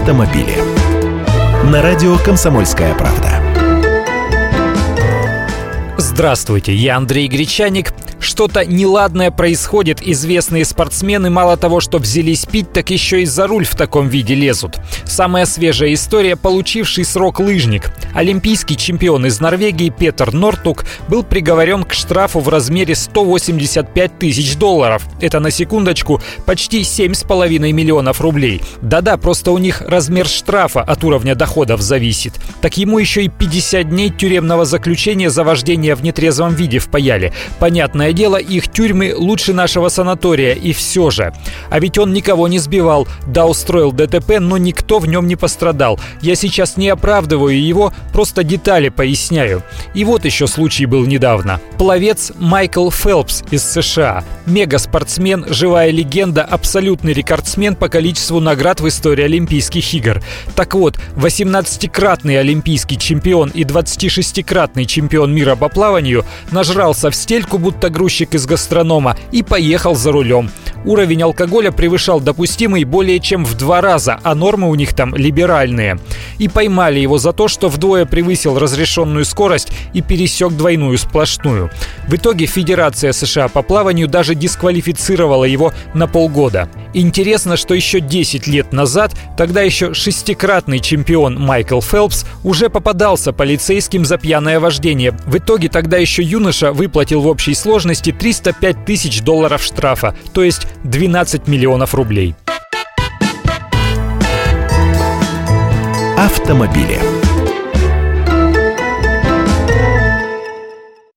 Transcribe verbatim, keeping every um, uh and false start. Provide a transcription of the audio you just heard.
автомобили. На радио «Комсомольская правда». Здравствуйте, я Андрей Гречаник. Что-то неладное происходит. Известные спортсмены мало того, что взялись пить, так еще и за руль в таком виде лезут. Самая свежая история — получивший срок лыжник. Олимпийский чемпион из Норвегии Петер Нортук был приговорен к штрафу в размере сто восемьдесят пять тысяч долларов. Это, на секундочку, почти семь с половиной миллионов рублей. Да-да, просто у них размер штрафа от уровня доходов зависит. Так ему еще и пятьдесят дней тюремного заключения за вождение в нетрезвом виде впаяли. Понятное дело, их тюрьмы лучше нашего санатория, и все же. А ведь он никого не сбивал. Да, устроил ДТП, но никто в нем не пострадал. Я сейчас не оправдываю его, просто детали поясняю. И вот еще случай был недавно. Пловец Майкл Фелпс из США. Мегаспортсмен, живая легенда, абсолютный рекордсмен по количеству наград в истории Олимпийских игр. Так вот, восемнадцатикратный олимпийский чемпион и двадцатишестикратный чемпион мира по плаванию нажрался в стельку, будто грузчик из гастронома, и поехал за рулем. Уровень алкоголя превышал допустимый более чем в два раза, а нормы у них там либеральные. И поймали его за то, что вдвое превысил разрешенную скорость и пересек двойную сплошную. В итоге Федерация США по плаванию даже дисквалифицировала его на полгода. Интересно, что еще десять лет назад, тогда еще шестикратный чемпион Майкл Фелпс уже попадался полицейским за пьяное вождение. В итоге тогда еще юноша выплатил в общей сложности триста пять тысяч долларов штрафа, то есть двенадцать миллионов рублей. Автомобили.